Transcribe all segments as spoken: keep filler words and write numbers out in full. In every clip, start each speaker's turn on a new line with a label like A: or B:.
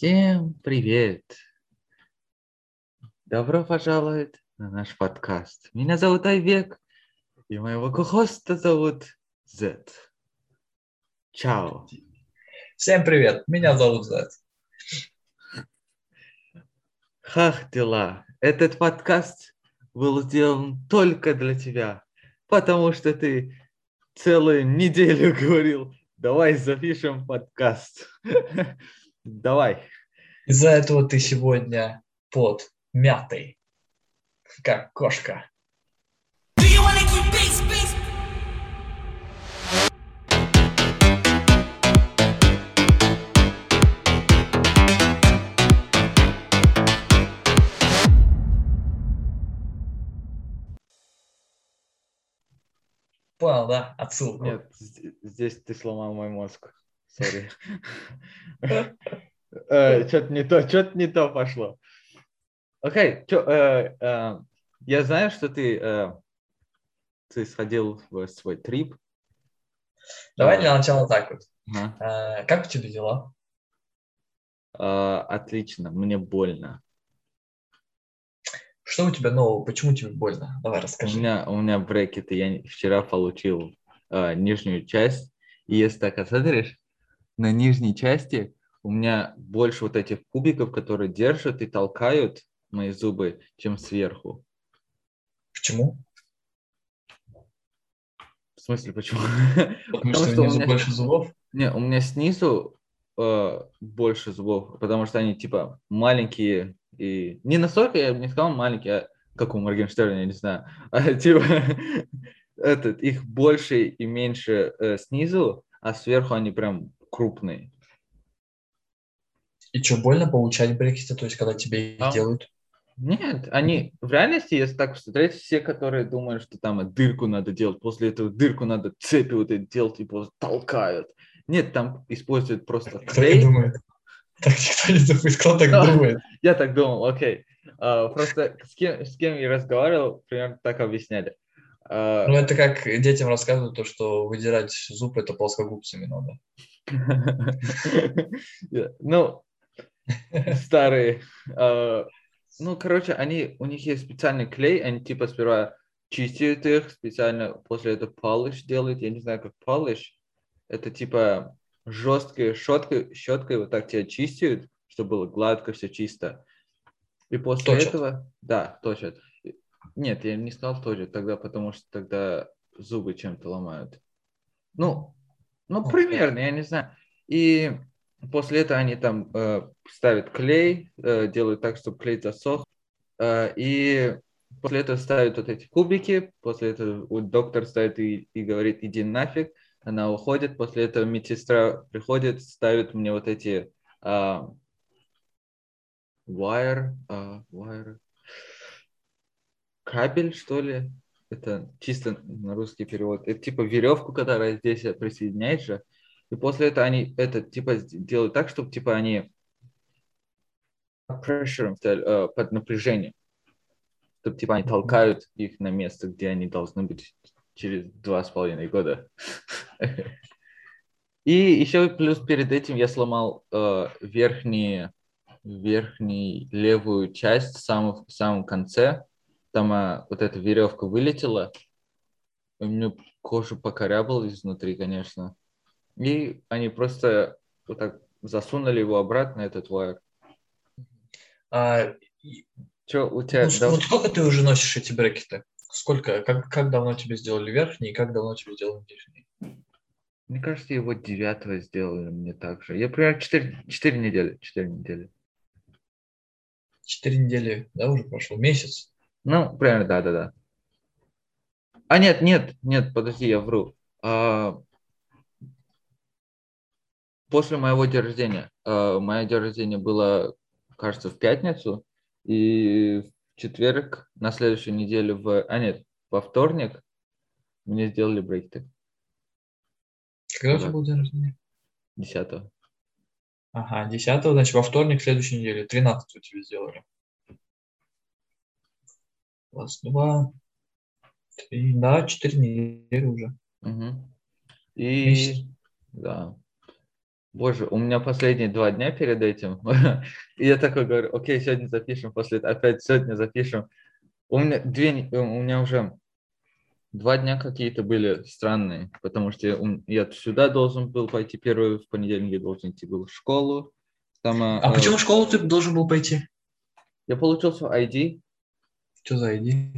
A: Всем привет! Добро пожаловать на наш подкаст. Меня зовут Айбек, и моего ко-хоста зовут Зет. Чао!
B: Всем привет, меня зовут Зет.
A: Как дела? Этот подкаст был сделан только для тебя, потому что ты целую неделю говорил, давай запишем подкаст. Давай.
B: Из-за этого ты сегодня под мятой, как кошка. Понял, да? Отсылку.
A: Нет, здесь ты сломал мой мозг. Сори. Что-то не то, что-то не то пошло. Окей, я знаю, что ты ты сходил в свой трип.
B: Давай для начала так вот.
A: Ага.
B: Как у тебя дела?
A: Отлично, мне больно.
B: Что у тебя нового? Почему тебе больно? Давай расскажи.
A: У меня, у меня брекеты. Я вчера получил э, нижнюю часть. И если так посмотришь, на нижней части у меня больше вот этих кубиков, которые держат и толкают мои зубы, чем сверху.
B: Почему?
A: В смысле, почему?
B: Потому что внизу меня... больше зубов?
A: Не, у меня снизу э, больше зубов, потому что они типа маленькие и... Не настолько, я бы не сказал маленькие, а как у Моргенштерна, я не знаю. А, типа этот, их больше и меньше э, снизу, а сверху они прям крупные.
B: И что, больно получать брекеты, то есть когда тебе их
A: А,
B: делают?
A: Нет, они в реальности, если так посмотреть, все, которые думают, что там дырку надо делать, после этого дырку надо цепи вот эти делать и просто толкают. Нет, там используют просто
B: Кто
A: клей.
B: так думает? Так никто не думает, кто так
A: Но,
B: думает?
A: Я так думал, окей. Uh, просто с кем, с кем я разговаривал, примерно так объясняли. Uh,
B: Ну, это как детям рассказывают, то, что выдирать зуб это плоскогубцами надо.
A: Ну, старые. Uh, ну, короче, они, у них есть специальный клей, они типа сперва чистят их, специально после этого полиш делают. Я не знаю, как полиш. Это типа жесткой щеткой, щеткой вот так тебя чистят, чтобы было гладко, все чисто. И после
B: Точат.
A: этого, да, точат. Нет, я не сказал точат тогда, потому что тогда зубы чем-то ломают. Ну, ну примерно, я не знаю. И после этого они там э, ставят клей, э, делают так, чтобы клей засох. Э, и после этого ставят вот эти кубики. После этого доктор ставит и, и говорит, иди нафиг. Она уходит. После этого медсестра приходит, ставит мне вот эти э, wire, э, wire, кабель, что ли? Это чисто на русский перевод. Это типа веревку, которая здесь присоединяешь же. И после этого они это типа делают так, чтобы типа они pressure, э, под напряжением. Чтобы типа они толкают их на место, где они должны быть через два с половиной года. И еще плюс перед этим я сломал э, верхний, верхний левую часть в самом, в самом конце. Там э, вот эта веревка вылетела. У меня кожу покорябал изнутри, конечно. И они просто вот так засунули его обратно, этот вайр.
B: А,
A: Че, у тебя...
B: ну,
A: Да...
B: Вот сколько ты уже носишь эти брекеты? Сколько? Как, как давно тебе сделали верхний и как давно тебе сделали нижний?
A: Мне кажется, его девятого сделали мне так же. Я примерно четыре недели. четыре недели.
B: Четыре недели, да, уже прошло? Месяц?
A: Ну, примерно, да-да-да. А нет, нет, нет, подожди, я вру. А, после моего дня рождения. А, мое день рождения было, кажется, в пятницу. И в четверг, на следующей неделе, в... А нет, во вторник мне сделали брекеты.
B: Когда у тебя был день рождения?
A: Десятого.
B: Ага, десятого, значит, во вторник следующей недели, тринадцатого тебе сделали. Раз, два, три, да, четыре недели уже.
A: Угу. И
B: Месяц.
A: да. Боже, у меня последние два дня перед этим. И я такой говорю, окей, сегодня запишем, после этого опять сегодня запишем. У меня две, не- у меня уже два дня какие-то были странные, потому что я, ум- я сюда должен был пойти первый, в понедельник я должен идти был в школу. Там а,
B: А
A: а,
B: почему в школу ты должен был пойти?
A: я получил свой ай ди.
B: Что за I D?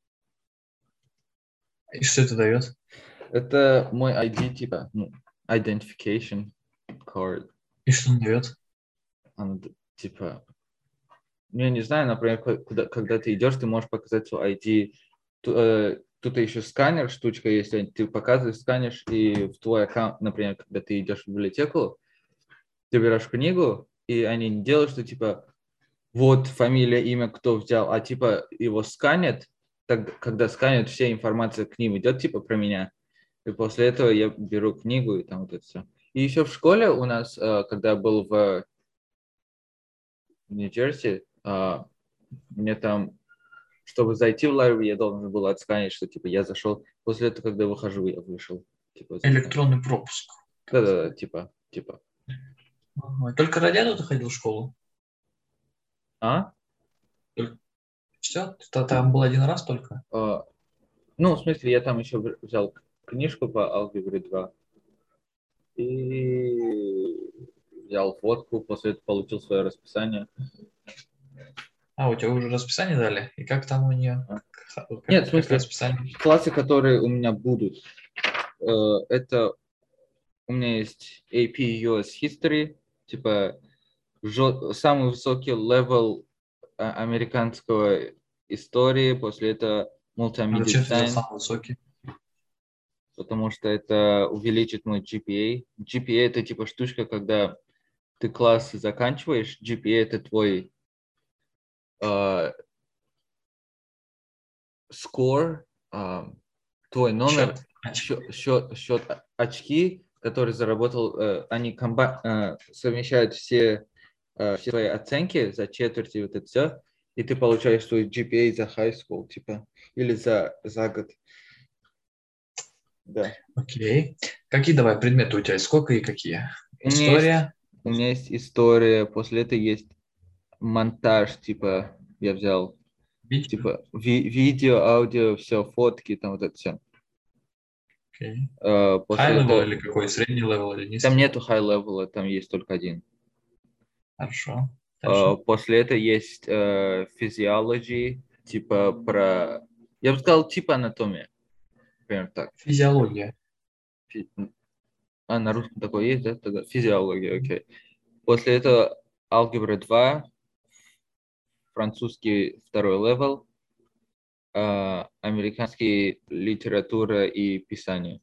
B: И что это дает?
A: Это мой ай ди, типа, ну, identification card.
B: И что он дает?
A: Он, д- типа, ну, я не знаю, например, ко- куда, когда ты идешь, ты можешь показать свой ай ди. Ту- э, Тут еще сканер, штучка, если ты показываешь, сканишь, и в твой аккаунт, например, когда ты идешь в библиотеку, ты берешь книгу, и они не делают, что типа вот фамилия, имя, кто взял, а типа его сканят, так, когда сканят, вся информация к ним идет типа про меня. И после этого я беру книгу и там вот это все. И еще в школе у нас, э, когда я был в Нью-Джерси, э, мне там, чтобы зайти в лайбрери, я должен был отсканить, что типа я зашел. После этого, когда выхожу, я вышел. Типа, зашел.
B: Электронный пропуск.
A: Да-да-да, типа, типа.
B: Ага. Только ради этого ты ходил в школу?
A: А?
B: Все? Ты там был один раз только?
A: Э, ну, в смысле, я там еще взял книжку по алгебре два. И взял фотку, после этого получил свое расписание.
B: А, у тебя уже расписание дали? И как там у нее?
A: А.
B: Как,
A: Нет, в
B: как, как
A: смысле,
B: расписание?
A: классы, которые у меня будут, э, это у меня есть эй пи ю эс History, типа жё- самый высокий левел а, американского истории, после этого
B: А
A: Multimedia
B: зачем ты взял
A: Design,
B: самый высокий?
A: потому что это увеличит мой джи пи эй. джи пи эй это типа штучка, когда ты классы заканчиваешь, джи пи эй это твой э, score, а, твой номер,
B: Счет. Очки.
A: счет, счет, счет очки, который заработал, э, они комба, э, совмещают все, э, все свои оценки за четверть и вот это все, и ты получаешь свой джи пи эй за high school, типа, или за, за год. Да.
B: Окей. Какие давай предметы у тебя? Сколько и какие?
A: У меня есть,
B: История.
A: у меня есть история, после этого есть монтаж, типа, я взял,
B: Видео.
A: типа, ви- видео, аудио, все, фотки, там вот это все.
B: Окей. High
A: После
B: level
A: этого
B: или какой? Средний level или
A: там
B: низкий?
A: нету high level, там есть только один.
B: Хорошо.
A: Э,
B: Дальше.
A: После этого есть э, physiology, типа про... Я бы сказал, типа анатомия. Примерно так.
B: Физиология.
A: Фи- А, на русском такое есть, да? Тогда физиология, окей. После этого алгебра два, французский второй левел, э, американский литература и писание.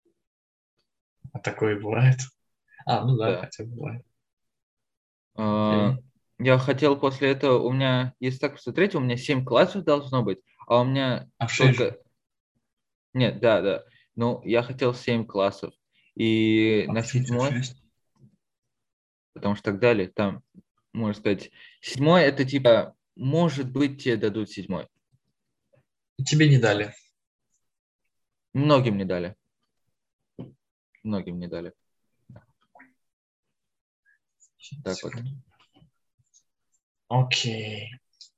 B: А такое бывает. А, ну да,
A: Да.
B: хотя бывает.
A: Э,
B: Окей.
A: Я хотел после этого, у меня, если так посмотреть, у меня семь классов должно быть, а у меня
B: А в шесть же.
A: только... Нет, да, да. Ну, я хотел семь классов. И
B: А
A: на
B: почему у тебя
A: седьмой,
B: шесть?
A: потому что так далее, там, можно сказать, седьмой это типа, может быть, тебе дадут седьмой.
B: Тебе не дали.
A: Многим не дали. Многим не дали. Так вот.
B: Секунду. Окей.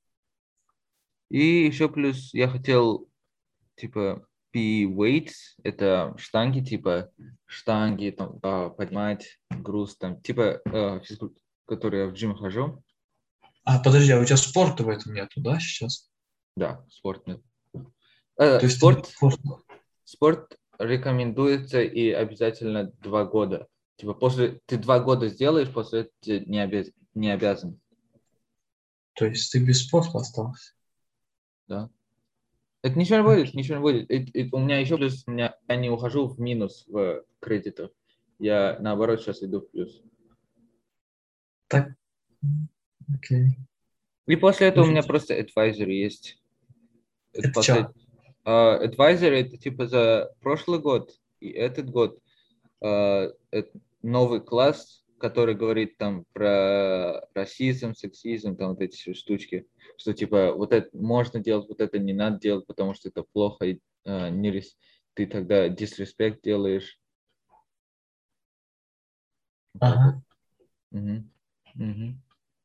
A: И еще плюс я хотел, типа, P-weights, это штанги, типа, штанги, там, а, поднимать груз, там, типа, а, физкульт- который я в джим хожу.
B: А, подожди, а у тебя спорта в этом нету, да, сейчас?
A: Да, спорт нет. Э,
B: То есть ты без
A: спорт
B: спорта.
A: Спорт рекомендуется и обязательно два года. Типа после ты два года сделаешь, после этого ты не, обяз, не обязан.
B: То есть ты без спорта остался.
A: Да. Это ничего не будет,
B: Окей.
A: ничего не будет. И- и у меня еще плюс, у меня, я не ухожу в минус в кредитах. Я наоборот сейчас иду в плюс.
B: Так, окей.
A: И после этого у меня
B: Слушайте,
A: просто advisory есть. Это
B: это что?
A: послед... а, advisory это типа за прошлый год и этот год. э, э, новый класс, который говорит там про расизм, сексизм, там вот эти все штучки, что типа вот это можно делать, вот это не надо делать, потому что это плохо, и, э, не рес- ты тогда disrespect делаешь. Вот так вот.
B: Ага,
A: Мгм. Мгм.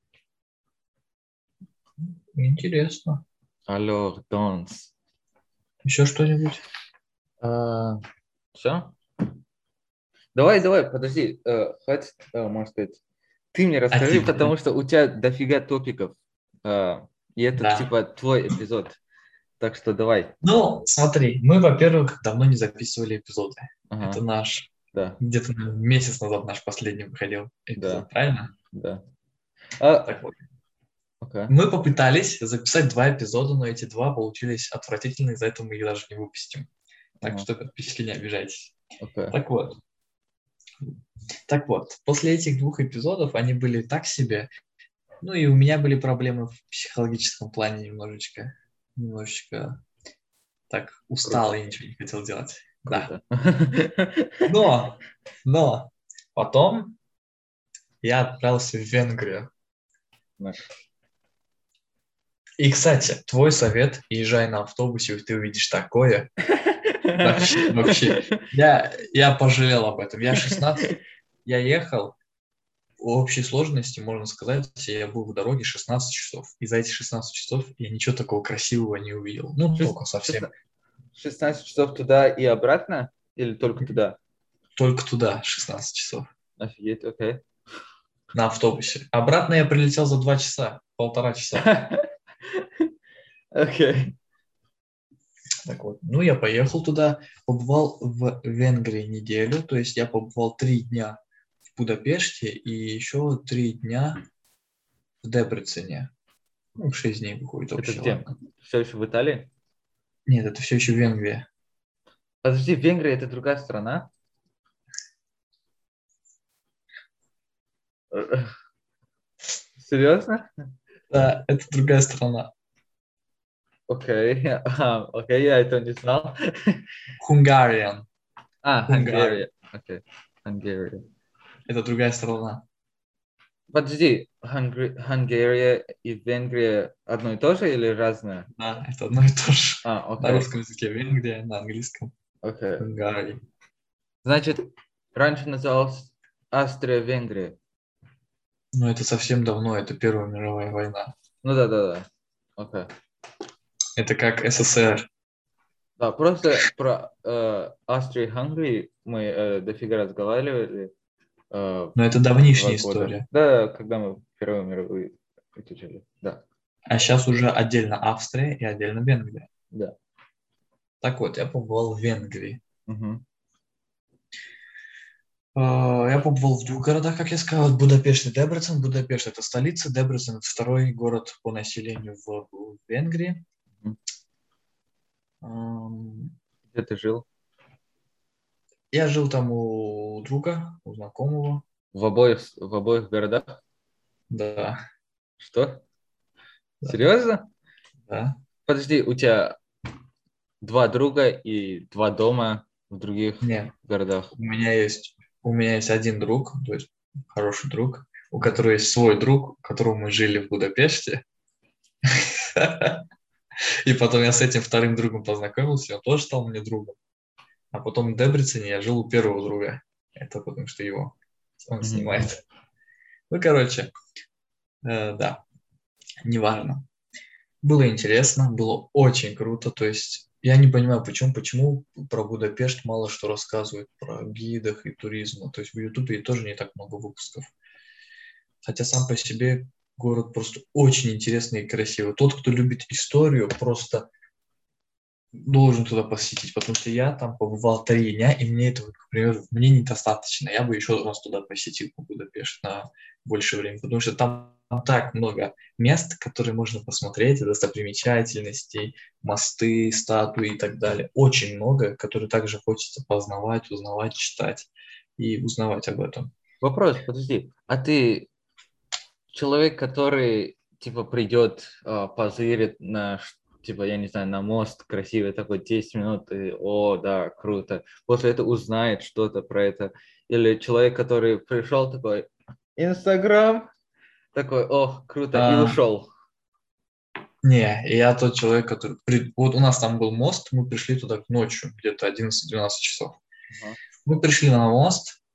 B: интересно.
A: Alors, danse.
B: Еще что-нибудь?
A: А, все? Давай, давай, подожди. э, хватит, э, может сказать. Ты мне
B: А
A: расскажи,
B: тебе?
A: потому что у тебя дофига топиков. а, и это
B: Да.
A: типа твой эпизод. Так что давай.
B: Ну, смотри, мы, во-первых, давно не записывали эпизоды. Это
A: Ага,
B: наш,
A: да,
B: где-то наверное, месяц назад наш последний выходил эпизод,
A: да,
B: правильно?
A: да. А,
B: Так вот.
A: окей.
B: Мы попытались записать два эпизода, но эти два получились отвратительные, из-за этого мы их даже не выпустим. Так
A: Ага,
B: что подписчики, не обижайтесь.
A: окей.
B: Так вот. Так вот, после этих двух эпизодов они были так себе. Ну и у меня были проблемы в психологическом плане немножечко. Немножечко так устал
A: Круто,
B: и ничего не хотел делать. Да.
A: круто.
B: Но, но потом я отправился в Венгрию.
A: Да.
B: И, кстати, твой совет, езжай на автобусе, и ты увидишь такое. Вообще, вообще. Я, я пожалел об этом. Я шестнадцать, я ехал, в общей сложности, можно сказать, я был в дороге шестнадцать часов. И за эти шестнадцать часов я ничего такого красивого не увидел. Ну,
A: Шест-
B: только совсем.
A: шестна- шестнадцать часов туда и обратно? Или только туда?
B: Только туда шестнадцать часов.
A: Офигеть, окей.
B: На автобусе. Обратно я прилетел за два часа, полтора часа.
A: Окей.
B: Так вот. Ну, я поехал туда, побывал в Венгрии неделю, то есть я побывал три дня в Будапеште и еще три дня в Дебрецене. Ну, шесть дней выходит
A: Это
B: общий,
A: где?
B: ладно.
A: Все еще в Италии?
B: Нет, это все еще Венгрия.
A: Подожди, Венгрия это другая страна? Серьезно?
B: Да, это другая страна.
A: Окей. А, окей, я это не знал.
B: Хунгариан.
A: А,
B: Хунгария.
A: Хунгария. Окей. Хунгария.
B: Это другая страна.
A: Подожди, Хунгри- Хунгария и Венгрия одно и то же или разное?
B: Да, это одно и то же.
A: А,
B: На
A: окей.
B: русском языке Венгрия, на английском
A: Окей.
B: Хунгария.
A: Значит, раньше называлась Австрия-Венгрия.
B: Но это совсем давно, это Первая мировая война.
A: Ну да, да, да. Окей.
B: Это как СССР.
A: Да, просто про э, Австрию и Хангарию мы э, дофига разговаривали э,
B: Но это
A: два
B: давнишняя
A: года.
B: история.
A: Да, когда мы Первую мировую изучали. Да,
B: А сейчас уже отдельно Австрия и отдельно Венгрия.
A: да.
B: Так вот, я побывал в Венгрии.
A: Угу.
B: Э, Я побывал в двух городах, как я сказал, вот Будапешт и Дебрецен. Будапешт — это столица, Дебрецен — это второй город по населению в, в Венгрии.
A: Мгм.
B: Эм,
A: Где ты жил?
B: Я жил там у друга, у знакомого.
A: В обоих, в обоих городах?
B: Да,
A: Что?
B: да,
A: Серьезно?
B: да.
A: Подожди, у тебя два друга и два дома в других
B: Нет,
A: городах.
B: у меня есть, у меня есть один друг, то есть хороший друг, у
A: Ага.
B: которого есть свой друг, у которого мы жили в Будапеште. И потом я с этим вторым другом познакомился, он тоже стал мне другом. А потом в Дебрецене я жил у первого друга. Это потому что его он
A: Мгм.
B: снимает. Ну, короче, э, да, неважно. Было интересно, было очень круто. То есть я не понимаю, почему, почему про Будапешт мало что рассказывают, про гидах и туризма. То есть в Ютубе тоже не так много выпусков. Хотя сам по себе город просто очень интересный и красивый. Тот, кто любит историю, просто должен туда посетить, потому что я там побывал три дня, и мне этого, к примеру, мне недостаточно. Я бы еще раз туда посетил, в Будапешт, на больше времени, потому что там так много мест, которые можно посмотреть, достопримечательностей, мосты, статуи и так далее. Очень много, которые также хочется познавать, узнавать, читать и узнавать об этом.
A: Вопрос, подожди. А ты человек, который типа придет, а, позырит на, ш- типа, я не знаю, на мост красивый такой десять минут, и о, да, круто. После этого узнает что-то про это. Или человек, который пришел такой, Инстаграм, такой, о, круто, и
B: А,
A: ушел.
B: не, я тот человек, который... при- Вот у нас там был мост, мы пришли туда ночью, где-то одиннадцать-двенадцать часов.
A: Ага.
B: Мы пришли на мост,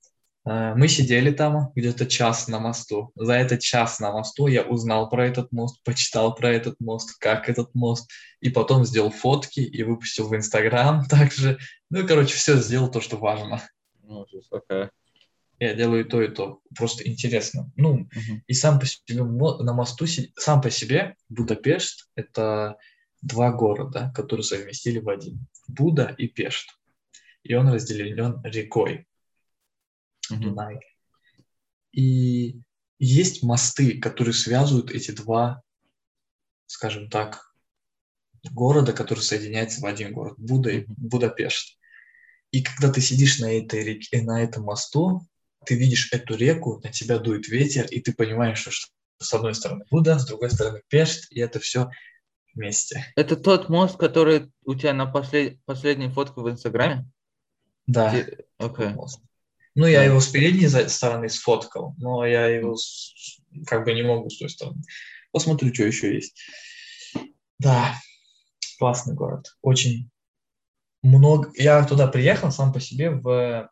B: Э, Мы сидели там где-то час на мосту. За этот час на мосту я узнал про этот мост, почитал про этот мост, как этот мост, и потом сделал фотки и выпустил в Инстаграм также. Ну и, короче, все сделал то, что важно.
A: Ужас, окей.
B: Я делаю и то, и то. Просто интересно. Ну,
A: Мгм.
B: и сам по себе мо- на мосту, си- сам по себе Будапешт– это два города, которые совместили в один. Буда и Пешт. И он разделен рекой
A: Мгм.
B: Дунай. И есть мосты, которые связывают эти два, скажем так, города, которые соединяются в один город, Буда и
A: Мгм.
B: Будапешт. И когда ты сидишь на этой реке, на этом мосту, ты видишь эту реку, на тебя дует ветер, и ты понимаешь, что с одной стороны Буда, с другой стороны Пешт, и это все вместе.
A: Это тот мост, который у тебя на послед... последней фотке в Инстаграме?
B: Да,
A: Те-
B: это тот
A: Окей,
B: мост. Ну, я
A: да.
B: его с передней за- стороны сфоткал, но я его
A: М.
B: с- как бы не могу с той стороны. Посмотрю, что еще есть. Да, классный город. Очень много. Я туда приехал сам по себе в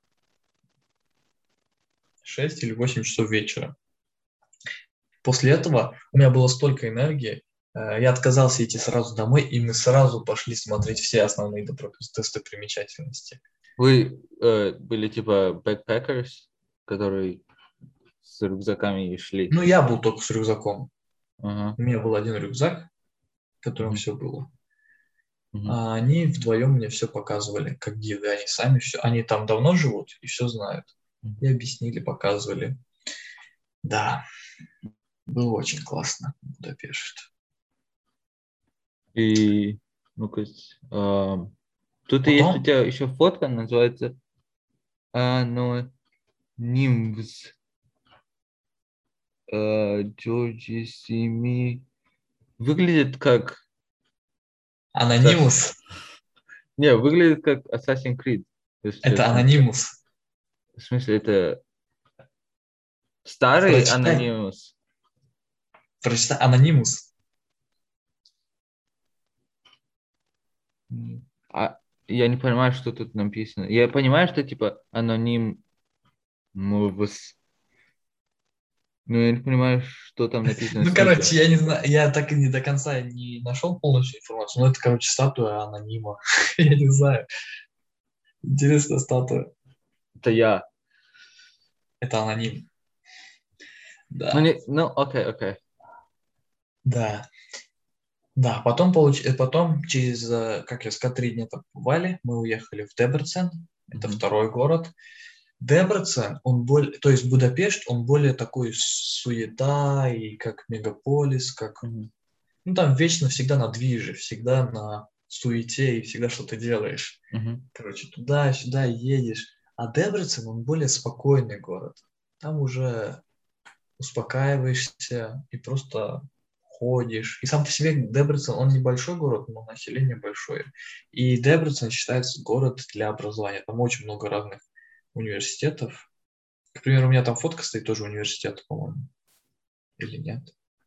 B: шесть или восемь часов вечера. После этого у меня было столько энергии, э, я отказался идти сразу домой, и мы сразу пошли смотреть все основные допро- достопримечательности.
A: Вы э, были типа backpackers, которые с рюкзаками и шли?
B: Ну, я был только с рюкзаком.
A: Ага.
B: У меня был один рюкзак, в котором
A: Мгм.
B: все было.
A: Мгм.
B: А они вдвоем мне все показывали, как гиды. Они сами все, они там давно живут и все знают. И объяснили, показывали. Да, было очень классно, Будапешт.
A: И, ну-ка, с- ам, тут и есть у
B: Потом
A: тебя еще фотка, называется Анонимс. Джорджи Сими. Выглядит как... Assassin-
B: анонимус.
A: Не, выглядит как Assassin's Creed, если
B: Это
A: честно.
B: анонимус.
A: В смысле, это старый
B: Прочитай.
A: анонимус.
B: Прочитай. Анонимус.
A: М. А я не понимаю, что тут написано. Я понимаю, что типа аноним мувс, но я не понимаю, что там написано
B: Ну,
A: снизу.
B: короче, я не знаю, я так и не до конца не нашел полностью информацию, но это, короче, статуя анонима. Я не знаю. Интересная статуя.
A: Это я.
B: Это аноним.
A: Ну,
B: Да.
A: не, ну, окей, окей.
B: Да. Да, потом, получ... э, потом через, э, как я сказал, три дня там побывали, мы уехали в Дебрецен, это
A: Мгм.
B: второй город. Дебрецен, он более, то есть Будапешт, он более такой суета и как мегаполис, как,
A: Мгм.
B: ну там вечно всегда на движе, всегда на суете и всегда что-то делаешь.
A: Мгм.
B: Короче, туда-сюда едешь. А Дебрецен, он более спокойный город. Там уже успокаиваешься и просто ходишь. И сам по себе Дебрецен, он небольшой город, но население большое. И Дебрецен считается город для образования. Там очень много разных университетов. К примеру, у меня там фотка стоит тоже университет, по-моему. Или нет?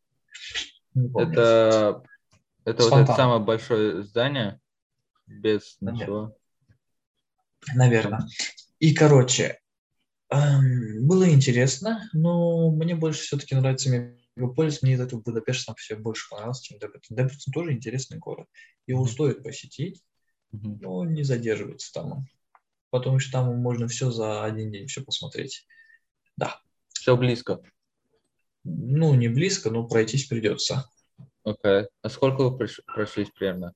B: Не помню.
A: Это, это
B: С
A: вот это
B: фонтаном.
A: самое большое здание без
B: Наверное.
A: ничего.
B: Наверное.
A: Окей.
B: И, короче, эм, было интересно, но мне больше все-таки нравится мегаполис. Мне из этого Будапешт сам по себе больше понравился, чем Дебрецен. Дебрецен тоже интересный город. Его
A: Мгм.
B: стоит посетить,
A: Мгм.
B: но не задерживаться там. Потому что там можно все за один день все посмотреть. Да.
A: Все близко.
B: Ну, не близко, но пройтись придется.
A: Окей. А сколько вы прош- прошлись примерно?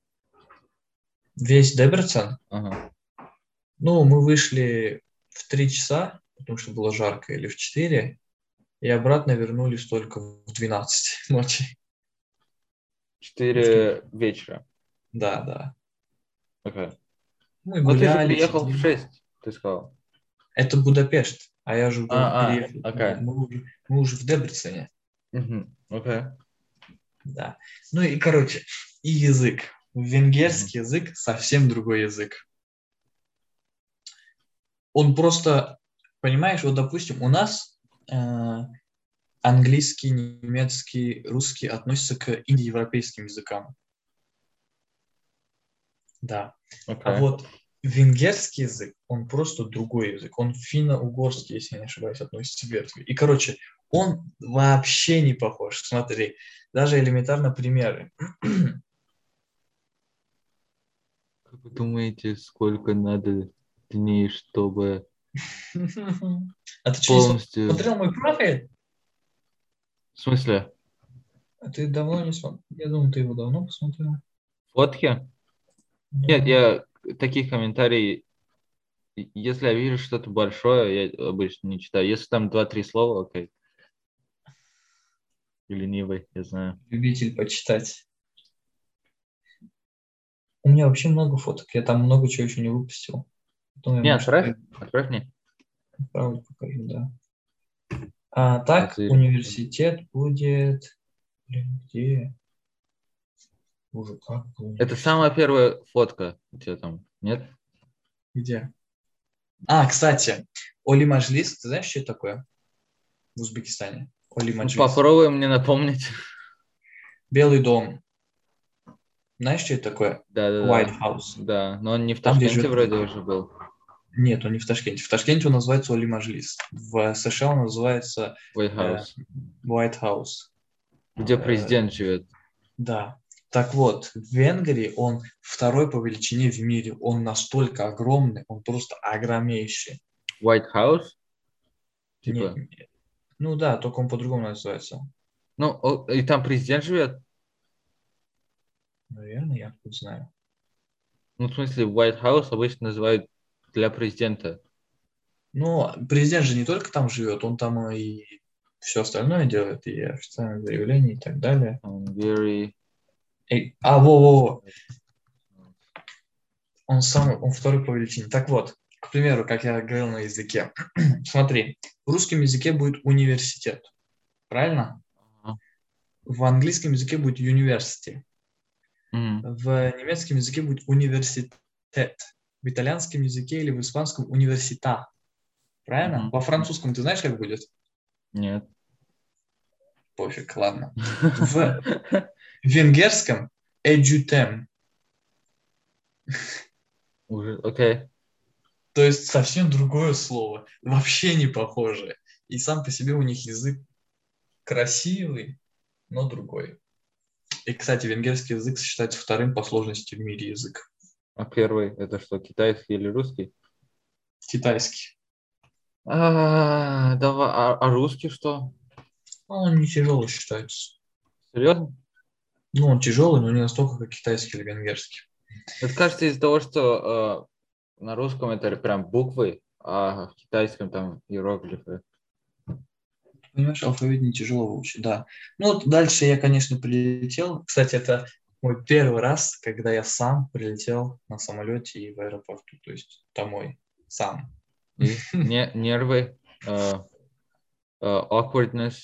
B: Весь Дебрецен,
A: Ага.
B: ну, мы вышли в три часа, потому что было жарко, или в четыре, и обратно вернулись только в двенадцать ночи.
A: Четыре вечера.
B: Да, да.
A: Окей.
B: Мы
A: Ну, ты же
B: гуляли,
A: приехал в
B: сидели.
A: шесть, ты сказал.
B: Это Будапешт, а я же
A: А,
B: говорю,
A: а,
B: переехал.
A: окей.
B: Мы, мы уже, мы уже в Дебрецене.
A: Мгм. Окей.
B: Да. Ну и, короче, и язык.
A: Мгм.
B: Венгерский язык совсем другой язык. Он просто, понимаешь, вот, допустим, у нас э, английский, немецкий, русский относятся к индоевропейским языкам. Да. А
A: Окей.
B: вот венгерский язык, он просто другой язык. Он финно-угорский, если я не ошибаюсь, относится к ветви. И, короче, он вообще не похож. Смотри, даже элементарно примеры.
A: Как вы думаете, сколько надо дней, чтобы
B: А ты что, не
A: полностью...
B: смотрел мой профиль?
A: В смысле?
B: А ты давно не смотрел? Я думал, ты его давно посмотрел.
A: Фотки? Нет, я таких комментариев, если я вижу что-то большое, я обычно не читаю. Если там два-три слова, окей. И ленивый, я знаю.
B: Любитель почитать. У меня вообще много фоток. Я там много чего еще не выпустил. Потом я,
A: Не,
B: может,
A: отправь, отправь мне.
B: отправлю, покажу, да. А так,
A: Козырь.
B: университет будет... Блин, где? Боже, как был
A: Это
B: университет?
A: самая первая фотка у тебя там, нет?
B: Где? А, кстати, Оли Маджлис, ты знаешь, что это такое в Узбекистане? Оли
A: Ну,
B: Маджлис.
A: попробуй мне напомнить.
B: Белый дом. Знаешь, что это такое?
A: Да, да,
B: White
A: да.
B: House.
A: Да, но он не в
B: Там, где
A: Ташкенте
B: живет...
A: вроде уже был.
B: Нет, он не в Ташкенте. В Ташкенте он называется Оли Маджлис. В США он называется
A: White
B: э,
A: House.
B: White House.
A: Где
B: Э,
A: президент живет.
B: да. Так вот, в Венгрии он второй по величине в мире. Он настолько огромный, он просто огромнейший.
A: White House?
B: Нет,
A: Типа.
B: нет. Ну да, только он по-другому называется.
A: Ну, о, и там президент живет?
B: Наверное, я тут знаю.
A: Ну, в смысле, White House обычно называют для президента.
B: Ну, президент же не только там живет, он там и все остальное делает, и официальные заявления и так далее.
A: Very...
B: И- а, во-во-во, он самый, он второй по величине. Так вот, к примеру, как я говорил на языке. Смотри, в русском языке будет университет, правильно?
A: Ага.
B: В английском языке будет university.
A: Мгм.
B: В немецком языке будет университет. В итальянском языке или в испанском университа. Правильно?
A: Мгм.
B: Во французском ты знаешь, как будет?
A: Нет.
B: Пофиг, ладно. В венгерском эджутем.
A: Уже, окей.
B: То есть совсем другое слово. Вообще не похожее. И сам по себе у них язык красивый, но другой. И, кстати, венгерский язык считается вторым по сложности в мире язык.
A: А первый это что, китайский или русский?
B: Китайский.
A: А, давай, а, а русский что?
B: Он не тяжелый считается.
A: Серьезно?
B: Ну, он тяжелый, но не настолько, как китайский или венгерский.
A: Это кажется из-за того, что э, на русском это прям буквы, а в китайском там иероглифы.
B: Понимаешь, алфавит не тяжело выучить, да. Ну, вот дальше я, конечно, прилетел. Кстати, это мой первый раз, когда я сам прилетел на самолете и в аэропорту, то есть домой, сам.
A: И не, нервы, э, э, awkwardness.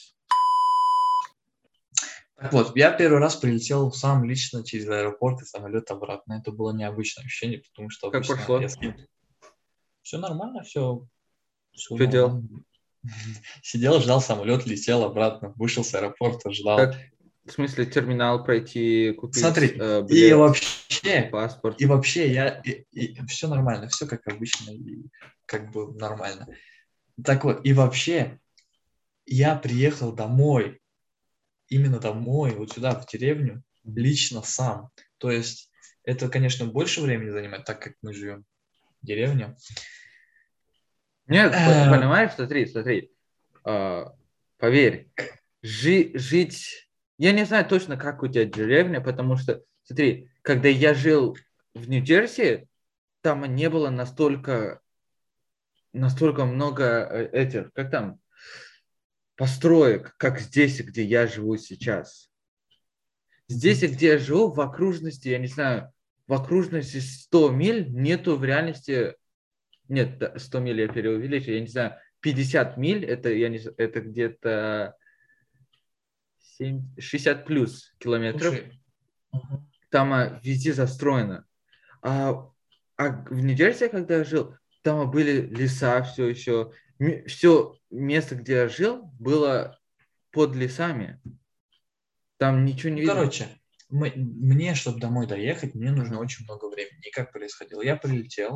B: Так вот, я первый раз прилетел сам лично через аэропорт и самолет обратно. Это было необычное ощущение, потому что
A: Как
B: обычно я
A: прошло?
B: с кем- все нормально, все, все
A: Что делал?
B: нормально. Сидел, ждал самолет, летел обратно, вышел с аэропорта, ждал.
A: Как, в смысле, терминал пройти, купить
B: Смотри,
A: э,
B: и
A: билет,
B: вообще,
A: паспорт?
B: и вообще я, все нормально, все как обычно, и как бы нормально. Так вот, и вообще я приехал домой, именно домой, вот сюда, в деревню, лично сам. То есть это, конечно, больше времени занимает, так как мы живем в деревне.
A: Нет, по-
B: Э,
A: понимаешь, смотри, смотри. э, поверь, жи- жить... Я не знаю точно, как у тебя деревня, потому что, смотри, когда я жил в Нью-Джерси, там не было настолько, настолько много э, этих, как там, построек, как здесь, где я живу сейчас. Здесь, где я живу, в окружности, я не знаю, в окружности сто миль нету в реальности, нет, да, сто миль я преувеличил, я не знаю, пятьдесят миль, это, я не, з- это где-то семь шестьдесят плюс километров,
B: Слушай, мгм.
A: там а, везде застроено. А, а в Нью-Джерси, когда я жил, там были леса все еще. Все место, где я жил, было под лесами. Там ничего не
B: Ну,
A: видно.
B: короче, мы- мне, чтобы домой доехать, мне нужно
A: Ага.
B: очень много времени. И как происходило? Я прилетел,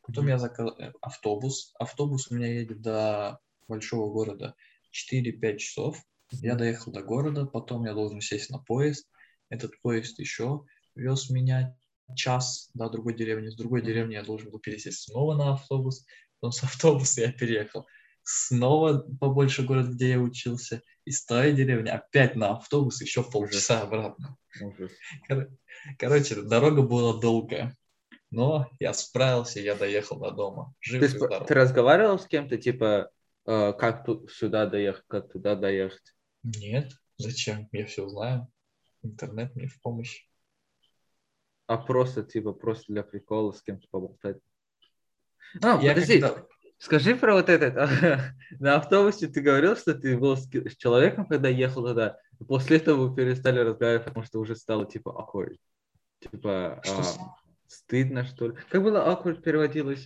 B: Потом я заказал автобус. Автобус у меня едет до большого города четыре-пять часов. Я доехал до города, потом я должен сесть на поезд. Этот поезд еще вез меня час до другой деревни. С другой деревни я должен был пересесть снова на автобус. Потом с автобуса я переехал снова побольше город, где я учился. И с той деревни опять на автобус еще полчаса обратно.
A: Ужас.
B: Кор- Короче, дорога была долгая. Но я справился, я доехал до дома. Жив
A: Ты,
B: и
A: спо-
B: здоров.
A: ты разговаривал с кем-то, типа, э, как тут сюда доехать, как туда доехать?
B: Нет, зачем? Я все знаю. Интернет мне в помощь.
A: А просто, типа, просто для прикола с кем-то поболтать? А,
B: Я
A: подожди,
B: когда...
A: скажи про вот этот. На автобусе ты говорил, что ты был с ки- с человеком, когда ехал туда, и после этого вы перестали разговаривать, потому что уже стало, типа, awkward. Типа,
B: Что
A: а,
B: с-
A: стыдно, что ли? Как было awkward переводилось?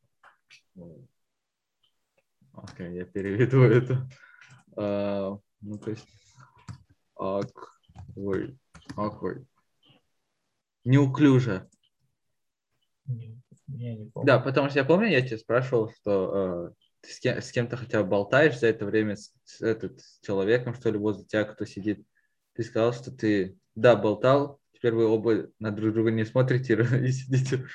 A: Окей, я переведу это. А, ну, то есть, awkward, awkward. Неуклюже.
B: Не, я не
A: Да,
B: помню.
A: потому что я помню, я тебя спрашивал, что э, ты с, кем, с кем-то хотя бы болтаешь за это время с, с этот, с человеком, что ли, возле тебя, кто сидит. Ты сказал, что ты, да, болтал, теперь вы оба на друг друга не смотрите и сидите.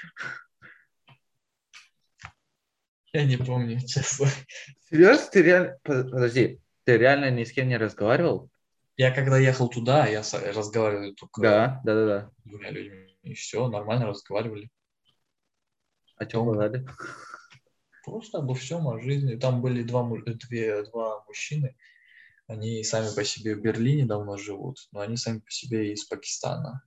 B: Я не помню, честно.
A: Серьезно? Ты реально... Подожди, ты реально ни с кем не разговаривал?
B: Я когда ехал туда, я с- разговаривал только
A: Да, да, да, да.
B: с двумя людьми. И все, нормально разговаривали.
A: О чем
B: Потом
A: болтали?
B: просто обо всем, о жизни. Там были два, му- две, два мужчины. Они сами по себе в Берлине давно живут, но они сами по себе из Пакистана.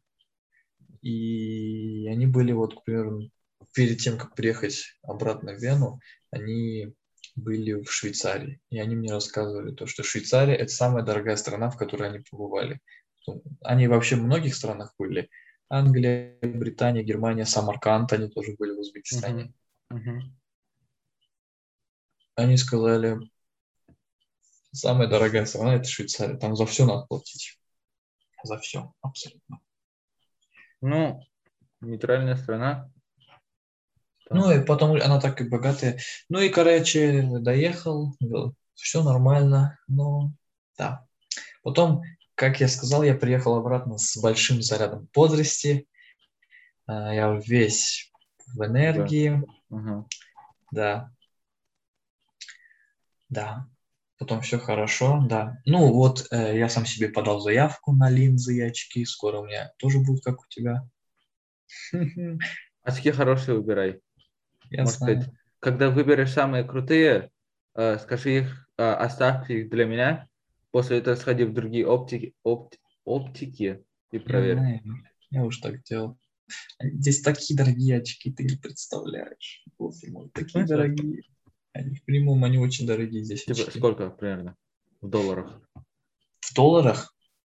B: И они были вот, к примеру, перед тем, как приехать обратно в Вену, они были в Швейцарии. И они мне рассказывали то, что Швейцария – это самая дорогая страна, в которой они побывали. Ну, они вообще в многих странах были. Англия, Британия, Германия, Самарканд, они тоже были в Узбекистане.
A: Мгм, мгм.
B: Они сказали, самая дорогая страна – это Швейцария. Там за все надо платить. За все, абсолютно.
A: Ну, нейтральная страна.
B: Ну,
A: Там.
B: и потом она так и богатая. Ну, и, короче, доехал, все нормально, но да. Потом, как я сказал, я приехал обратно с большим зарядом бодрости. А, Я весь в
A: Да.
B: энергии,
A: Ага.
B: да, да. Потом все хорошо, да. Ну, вот э, я сам себе подал заявку на линзы и очки. Скоро у меня тоже будет, как у тебя.
A: Очки хорошие выбирай.
B: Я
A: Может быть,
B: знаю.
A: когда выберешь самые крутые, э, скажи их, э, оставь их для меня. После этого сходи в другие оптики, опт- оптики и
B: Я
A: проверь.
B: знаю. Я уж так делал. Здесь такие дорогие очки, ты не представляешь. Боже мой,
A: В
B: такие
A: смысле?
B: дорогие. Они в прямом, они очень дорогие здесь
A: Типа,
B: очки.
A: сколько примерно в долларах?
B: В долларах,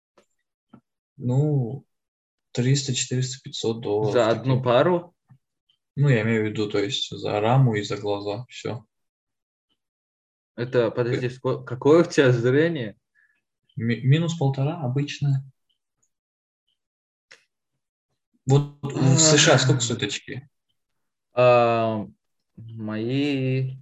B: ну, триста, четыреста, пятьсот долларов
A: За одну
B: такие.
A: пару?
B: Ну, я имею в виду, то есть за раму и за глаза. Все.
A: Это, подожди, ско- какое у тебя зрение?
B: Минус полтора обычно. Вот в США сколько
A: А,
B: стоят очки?
A: а, мои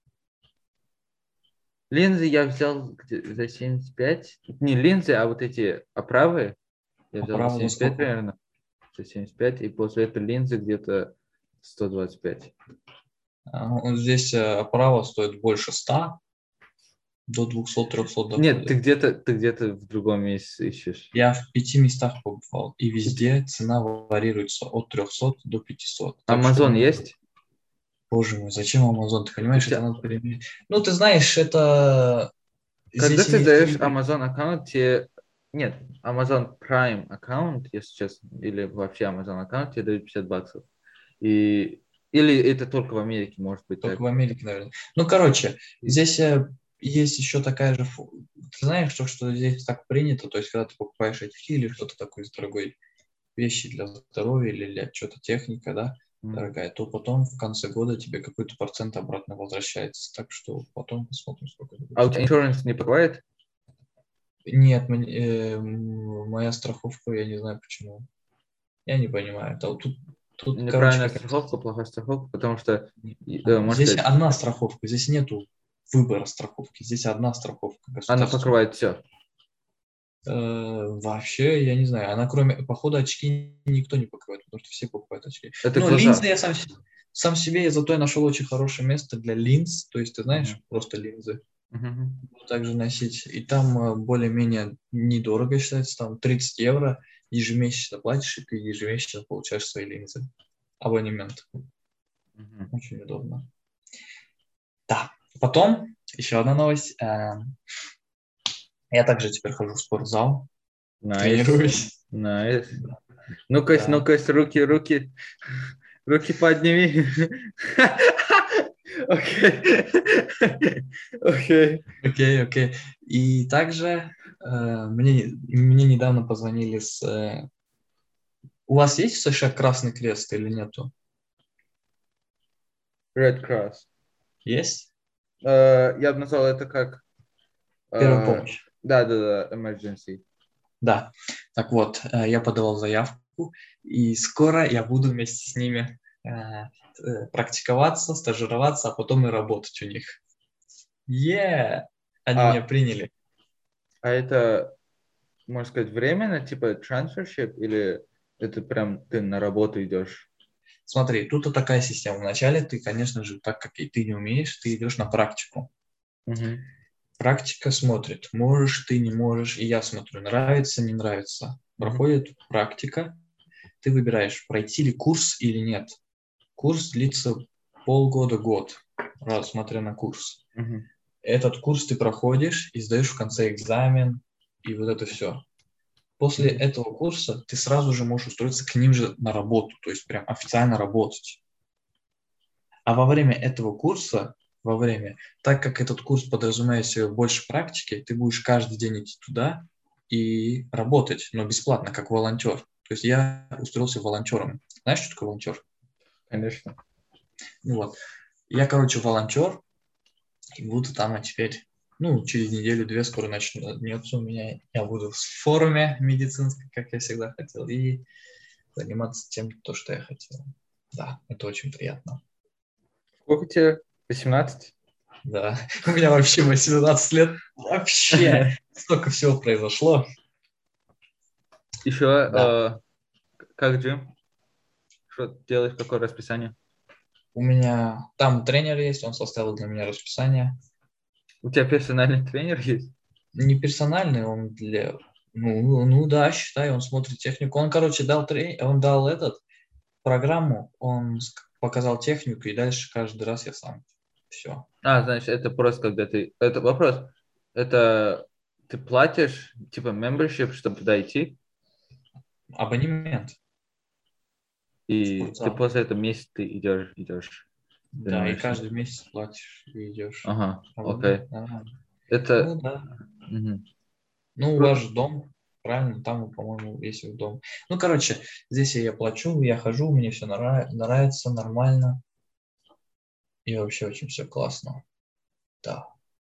A: линзы я взял где- за семьдесят пять. Не линзы, а вот эти оправы. Я
B: А
A: взял за
B: право за
A: семьдесят пять
B: сколько?
A: примерно. За семьдесят пять. И после этого линзы где-то сто двадцать пять.
B: А, вот здесь э, оправа стоит больше ста, до двухсот-трехсот
A: Нет, ты
B: доходит.
A: где-то ты где-то в другом месте ищешь.
B: Я в пяти местах побывал, и
A: Пяти-
B: везде цена варьируется от трехсот до пятисот. Так что,
A: Амазон
B: ну,
A: есть?
B: боже мой, зачем Amazon? Ты
A: У
B: понимаешь, это
A: тебя...
B: надо применить. Ну, ты знаешь, это
A: Когда
B: здесь
A: ты
B: имеется в
A: даешь
B: виду.
A: Amazon аккаунт, тебе... Нет, Amazon Prime аккаунт, если честно, или вообще Amazon аккаунт, тебе дают пятьдесят баксов. И... Или это только в Америке может быть
B: Только
A: так.
B: в Америке, наверное. Ну, короче, здесь э, есть еще такая же... фу- Ты знаешь, что, что здесь так принято, то есть, когда ты покупаешь очки или что-то такое из дорогой вещи для здоровья или для что-то техника, да,
A: М.
B: дорогая, то потом в конце года тебе какой-то процент обратно возвращается. Так что потом посмотрим, сколько это будет
A: А у тебя
B: стоить.
A: insurance не покрывает?
B: Нет, мне- э, м, моя страховка, я не знаю почему. Я не понимаю. Это вот тут Тут, короче,
A: Неправильная
B: как
A: страховка, плохая страховка, потому что, э, можно
B: здесь
A: сказать,
B: одна страховка, здесь нету выбора страховки, здесь одна страховка
A: она
B: государственная.
A: покрывает все.
B: Э, вообще, я не знаю, она кроме, походу, очки никто не покрывает, потому что все покупают очки.
A: Это
B: Но линзы
A: глаза.
B: я сам, с- сам себе, я зато я нашел очень хорошее место для линз, то есть, ты
A: Мгм.
B: знаешь, просто линзы.
A: Мгм.
B: Буду также носить. И там э, более-менее недорого считается, там тридцать евро ежемесячно платишь, и ты ежемесячно получаешь свои линзы. Абонемент.
A: Мгм.
B: Очень удобно. Да. Потом, еще одна новость. э, Я также теперь хожу в спортзал,
A: Найс.
B: тренируюсь.
A: Найс. Ну-ка,
B: Да.
A: ну-ка, руки, руки. Руки подними. Окей. Окей.
B: Окей, окей. И также э, мне, мне недавно позвонили с... э, У вас есть в США Красный Крест или нету?
A: Red Cross.
B: Есть?
A: Э, Я бы назвал это как...
B: Первая
A: э,
B: помощь.
A: Да, да, да, emergency.
B: Да. Так вот, э, я подавал заявку, и скоро я буду вместе с ними э, э, практиковаться, стажироваться, а потом и работать у них. Е! Они меня
A: А,
B: приняли.
A: а это, можно сказать, временно, типа transfership, или это прям ты на работу идешь?
B: Смотри, тут и такая система. Вначале ты, конечно же, так как и ты не умеешь, ты идешь на практику.
A: Мгм.
B: Практика смотрит, можешь ты, не можешь, и я смотрю, нравится, не нравится.
A: Мгм.
B: Проходит практика, ты выбираешь, пройти ли курс или нет. Курс длится полгода-год, раз, смотря на курс.
A: Мгм.
B: Этот курс ты проходишь и сдаешь в конце экзамен, и вот это все. После
A: Мгм.
B: этого курса ты сразу же можешь устроиться к ним же на работу, то есть прям официально работать. А во время этого курса, во время, так как этот курс подразумевает в себе больше практики, ты будешь каждый день идти туда и работать, но бесплатно, как волонтер. То есть я устроился волонтером. Знаешь, что такое волонтер?
A: Конечно.
B: Ну вот. Я, короче, волонтер, и буду там, а теперь, ну, через неделю-две скоро начнется у меня, я буду в форуме медицинском, как я всегда хотел, и заниматься тем, то, что я хотел. Да, это очень приятно.
A: Сколько тебе? восемнадцать?
B: Да, у меня вообще восемнадцать лет, вообще столько всего произошло.
A: Еще,
B: Да,
A: э, как джим? Что ты делаешь, какое расписание?
B: у меня там тренер есть, он составил для меня расписание.
A: У тебя персональный тренер есть?
B: Не персональный, он для... Ну, ну ну да, считай, он смотрит технику. Он, короче, дал, трен... он дал этот, программу, он ск- показал технику, и дальше каждый раз я сам. Все.
A: А, значит, это просто когда ты... Это вопрос. Это ты платишь, типа, membership, чтобы туда идти,
B: Абонемент в
A: и ты
B: спортзал.
A: после этого месяца ты идешь, идешь,
B: Да, и
A: занимаешься.
B: каждый месяц платишь и идешь.
A: Ага,
B: Абонемент,
A: окей.
B: нормально.
A: Это...
B: Ну да.
A: Мгм.
B: Ну, у вас
A: Круто.
B: же дом, правильно? Там, по-моему, есть и дом. Ну, короче, здесь я плачу, я хожу, мне все нравится, нормально. И вообще очень все классно. Да.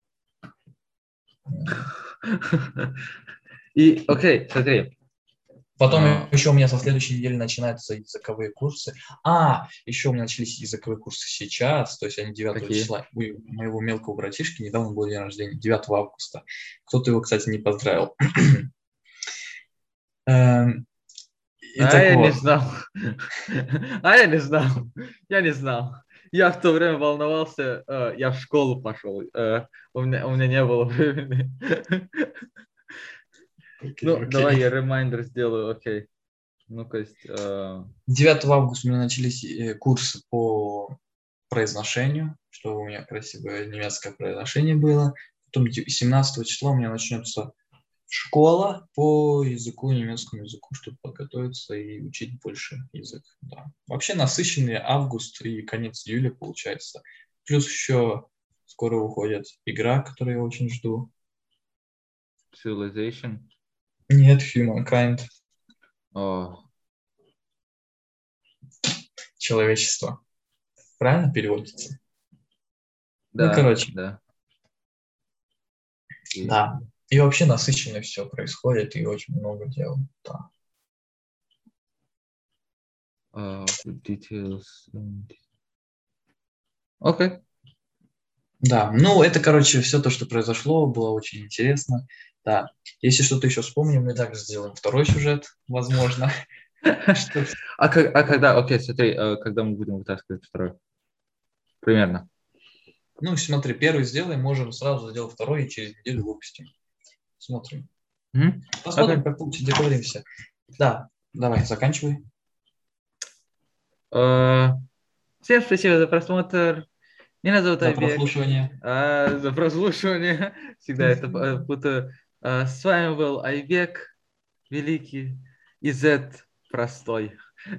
B: М.
A: И, окей, смотри.
B: Потом
A: А,
B: еще у меня со следующей недели начинаются языковые курсы. А, еще у меня начались языковые курсы сейчас, то есть они девятого
A: какие?
B: числа. У моего мелкого братишки недавно был день рождения, девятого августа. Кто-то его, кстати, не поздравил. Эм, И
A: А
B: так
A: я не
B: вот,
A: знал. А я не знал. Я не знал. Я в то время волновался, э, я в школу пошел. э, У меня, у меня не было времени.
B: окей,
A: Ну, давай
B: окей.
A: я ремайдер сделаю, окей. Ну, то есть, э,
B: девятого августа у меня начались э, курсы по произношению, что у меня красивое немецкое произношение было. Потом де- семнадцатого числа у меня начнется школа по языку, немецкому языку, чтобы подготовиться и учить больше язык. Да. Вообще насыщенный август и конец июля получается. Плюс еще скоро выходит игра, которую я очень жду.
A: civilization.
B: Нет, Humankind,
A: О,
B: человечество. Правильно переводится? Ну,
A: да,
B: короче,
A: да. И
B: да. И вообще насыщенно все происходит, и очень много дел. Да.
A: Uh, details. Окей. Okay.
B: Да, ну это, короче, все то, что произошло, было очень интересно. Да, если что-то еще вспомним, мы также сделаем второй сюжет, возможно.
A: А, как, а когда, окей, okay, смотри, когда мы будем вытаскивать второй? Примерно.
B: Ну, смотри, первый сделаем, можем сразу сделать второй и через неделю выпустим. Смотрим.
A: Mm-hmm.
B: Посмотрим,
A: Okay.
B: как получится, договоримся. Да, давай, заканчивай.
A: Uh, всем спасибо за просмотр. Меня зовут
B: За
A: Айбек.
B: прослушивание.
A: А, за прослушивание. Всегда это путаю. А, с вами был Айбек Великий и Зет Простой.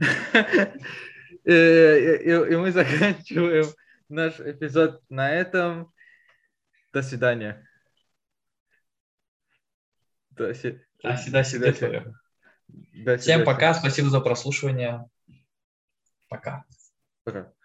A: и, и, и мы заканчиваем наш эпизод на этом. До свидания. До, си...
B: А всегда себе твое. Всем пока, спасибо за прослушивание. Пока.
A: Пока.